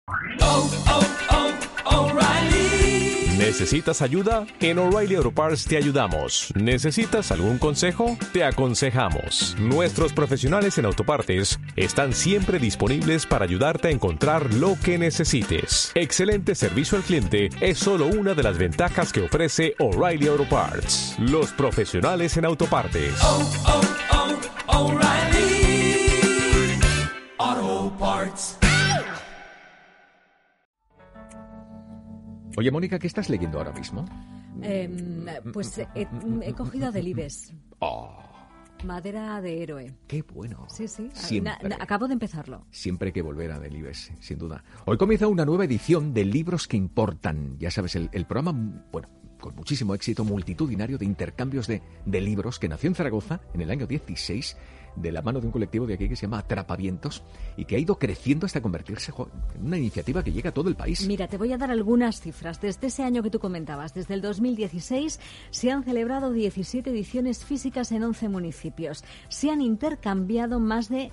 ¿Necesitas ayuda? En O'Reilly Auto Parts te ayudamos. ¿Necesitas algún consejo? Te aconsejamos. Nuestros profesionales en autopartes están siempre disponibles para ayudarte a encontrar lo que necesites. Excelente servicio al cliente es solo una de las ventajas que ofrece O'Reilly Auto Parts. Los profesionales en autopartes. O'Reilly Auto Parts. Oye, Mónica, ¿qué estás leyendo ahora mismo? Pues he cogido a Delibes. Oh, Madera de héroe. qué bueno. Sí. Siempre. Acabo de empezarlo. Siempre hay que volver a Delibes, sin duda. Hoy comienza una nueva edición de Libros que Importan. Ya sabes, el programa, bueno, con muchísimo éxito, multitudinario de intercambios de libros, que nació en Zaragoza en el año 16, de la mano de un colectivo de aquí que se llama Atrapavientos y que ha ido creciendo hasta convertirse en una iniciativa que llega a todo el país. Mira, te voy a dar algunas cifras. Desde ese año que tú comentabas, desde el 2016, se han celebrado 17 ediciones físicas en 11 municipios. Se han intercambiado más de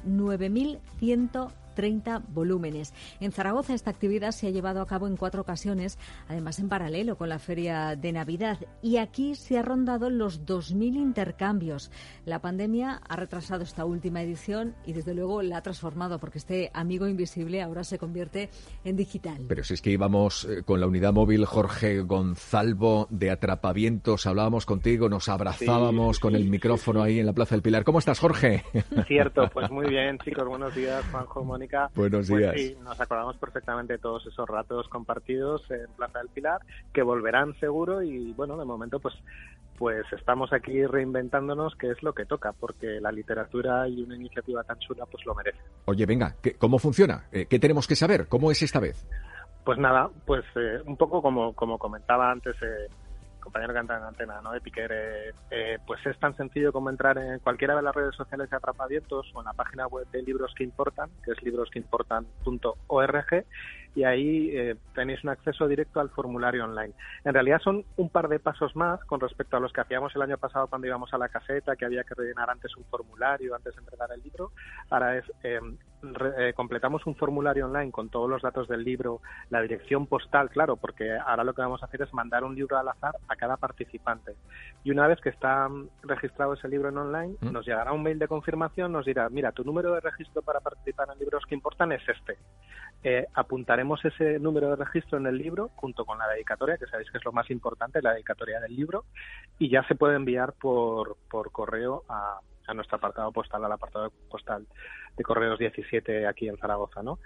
9.130 volúmenes. En Zaragoza esta actividad se ha llevado a cabo en 4 ocasiones, además en paralelo con la Feria de Navidad. Y aquí se ha rondado los 2.000 intercambios. La pandemia ha retrasado esta última edición y desde luego la ha transformado, porque este amigo invisible ahora se convierte en digital. Pero si es que íbamos con la unidad móvil Jorge Gonzalvo de Atrapavientos, hablábamos contigo, nos abrazábamos con el micrófono ahí en la Plaza del Pilar. ¿Cómo estás, Jorge? Cierto, pues muy bien, chicos. Buenos días, Juanjo, Mónica. Buenos días. Pues sí, nos acordamos perfectamente de todos esos ratos compartidos en Plaza del Pilar, que volverán seguro y, bueno, de momento, pues estamos aquí reinventándonos, que es lo que toca, porque la literatura y una iniciativa tan chula, pues lo merece. Oye, venga, ¿cómo funciona? ¿Qué tenemos que saber? ¿Cómo es esta vez? Pues nada, un poco como comentaba antes compañero que entra en antena, ¿no? De Piquer, pues es tan sencillo como entrar en cualquiera de las redes sociales de Atrapavientos o en la página web de Libros que Importan, que es librosqueimportan.org, y ahí tenéis un acceso directo al formulario online. En realidad son un par de pasos más con respecto a los que hacíamos el año pasado cuando íbamos a la caseta, que había que rellenar antes un formulario antes de entregar el libro. Ahora es completamos un formulario online con todos los datos del libro, la dirección postal, claro, porque ahora lo que vamos a hacer es mandar un libro al azar a cada participante. Y una vez que está registrado ese libro en online, nos llegará un mail de confirmación, nos dirá, mira, tu número de registro para participar en Libros que Importan es este. Apuntaremos ese número de registro en el libro junto con la dedicatoria, que sabéis que es lo más importante, la dedicatoria del libro, y ya se puede enviar por correo a nuestro apartado postal, al apartado postal de Correos 17 aquí en Zaragoza, ¿no?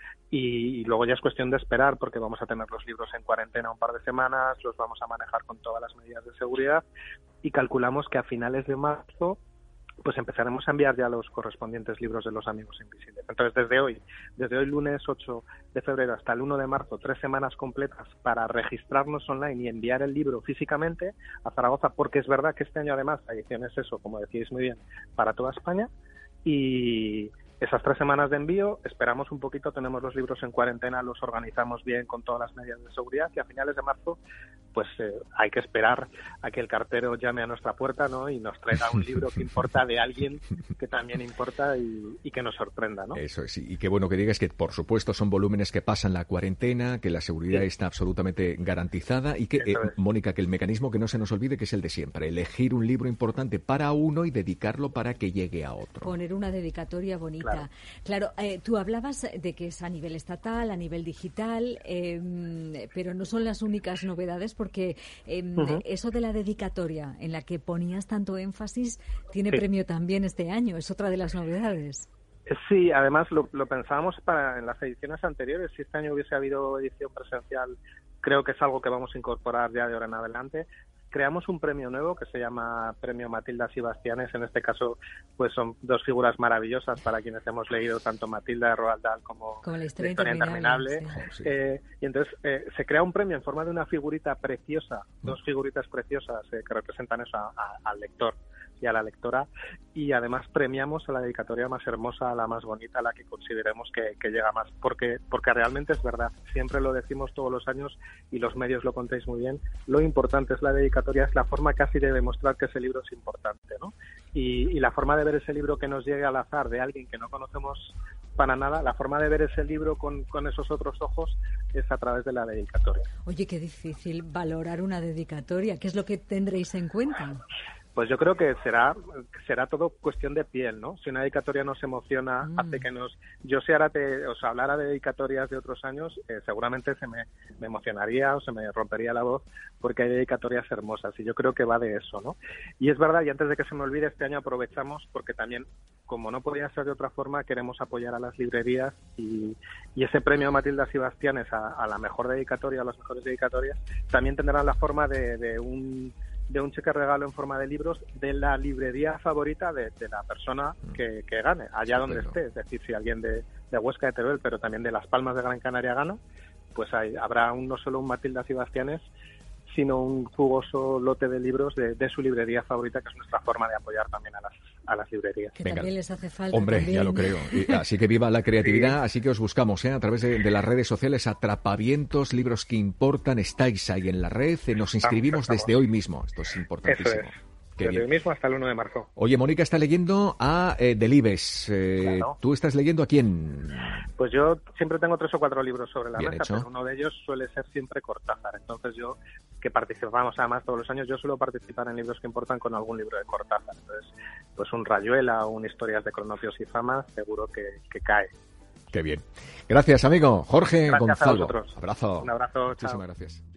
Y luego ya es cuestión de esperar, porque vamos a tener los libros en cuarentena un par de semanas, los vamos a manejar con todas las medidas de seguridad y calculamos que a finales de marzo pues empezaremos a enviar ya los correspondientes libros de los Amigos Invisibles. Entonces, desde hoy lunes 8 de febrero hasta el 1 de marzo, 3 semanas completas para registrarnos online y enviar el libro físicamente a Zaragoza, porque es verdad que este año además la edición es eso, como decíais muy bien, para toda España, y esas 3 semanas de envío, esperamos un poquito, tenemos los libros en cuarentena, los organizamos bien con todas las medidas de seguridad y a finales de marzo pues hay que esperar a que el cartero llame a nuestra puerta, ¿no? Y nos traiga un libro que importa de alguien que también importa y que nos sorprenda, ¿no? Eso es, y qué bueno que digas que por supuesto son volúmenes que pasan la cuarentena, que la seguridad está absolutamente garantizada y que, Mónica, que el mecanismo que no se nos olvide que es el de siempre, elegir un libro importante para uno y dedicarlo para que llegue a otro. Poner una dedicatoria bonita. Claro, tú hablabas de que es a nivel estatal, a nivel digital, pero no son las únicas novedades, porque eso de la dedicatoria en la que ponías tanto énfasis tiene premio también este año, es otra de las novedades. Sí, además lo pensábamos en las ediciones anteriores. Si este año hubiese habido edición presencial, creo que es algo que vamos a incorporar ya de ahora en adelante. Creamos un premio nuevo que se llama Premio Matilda Sebastianes. En este caso, pues son 2 figuras maravillosas para quienes hemos leído tanto Matilda de Roald Dahl como La historia interminable. Sí. Y entonces se crea un premio en forma de una figurita preciosa, 2 figuritas preciosas que representan eso al lector. y a la lectora, y además premiamos a la dedicatoria más hermosa, a la más bonita, a la que consideremos que llega más, porque realmente es verdad, siempre lo decimos todos los años y los medios lo contáis muy bien, lo importante es la dedicatoria, es la forma casi de demostrar que ese libro es importante, ¿no? Y la forma de ver ese libro que nos llegue al azar de alguien que no conocemos para nada, la forma de ver ese libro con esos otros ojos es a través de la dedicatoria. Oye, qué difícil valorar una dedicatoria. ¿Qué es lo que tendréis en cuenta? Pues yo creo que será todo cuestión de piel, ¿no? Si una dedicatoria nos emociona, hace que nos... Yo si ahora os hablara de dedicatorias de otros años, seguramente se me emocionaría o se me rompería la voz, porque hay dedicatorias hermosas y yo creo que va de eso, ¿no? Y es verdad, y antes de que se me olvide, este año aprovechamos porque también, como no podía ser de otra forma, queremos apoyar a las librerías y ese premio Matilda Sebastianes a la mejor dedicatoria, a las mejores dedicatorias, también tendrán la forma de un cheque regalo en forma de libros de la librería favorita de la persona que gane, allá donde esté. Es decir, si alguien de Huesca, de Teruel, pero también de Las Palmas de Gran Canaria gana, pues habrá no solo un Matilda Sebastianes, sino un jugoso lote de libros de su librería favorita, que es nuestra forma de apoyar también a las librerías. Que también les hace falta. Hombre, también. Ya lo creo. Así que viva la creatividad, así que os buscamos a través de las redes sociales, Atrapavientos, libros que importan, estáis ahí en la red, nos inscribimos desde hoy mismo, esto es importantísimo. Eso es. Desde hoy mismo hasta el 1 de marzo. Oye, Mónica está leyendo a Delibes. Claro. ¿Tú estás leyendo a quién? Pues yo siempre tengo 3 o 4 libros sobre la Bien mesa, hecho. pero uno de ellos suele ser siempre Cortázar. Entonces yo, que participamos además todos los años, yo suelo participar en libros que importan con algún libro de Cortázar. Entonces, pues un Rayuela o un Historias de Cronopios y Fama, seguro que cae. Qué bien. Gracias, amigo. Jorge Gracias Gonzalo. a vosotros. Abrazo. Un abrazo. Muchísimas Chao. gracias.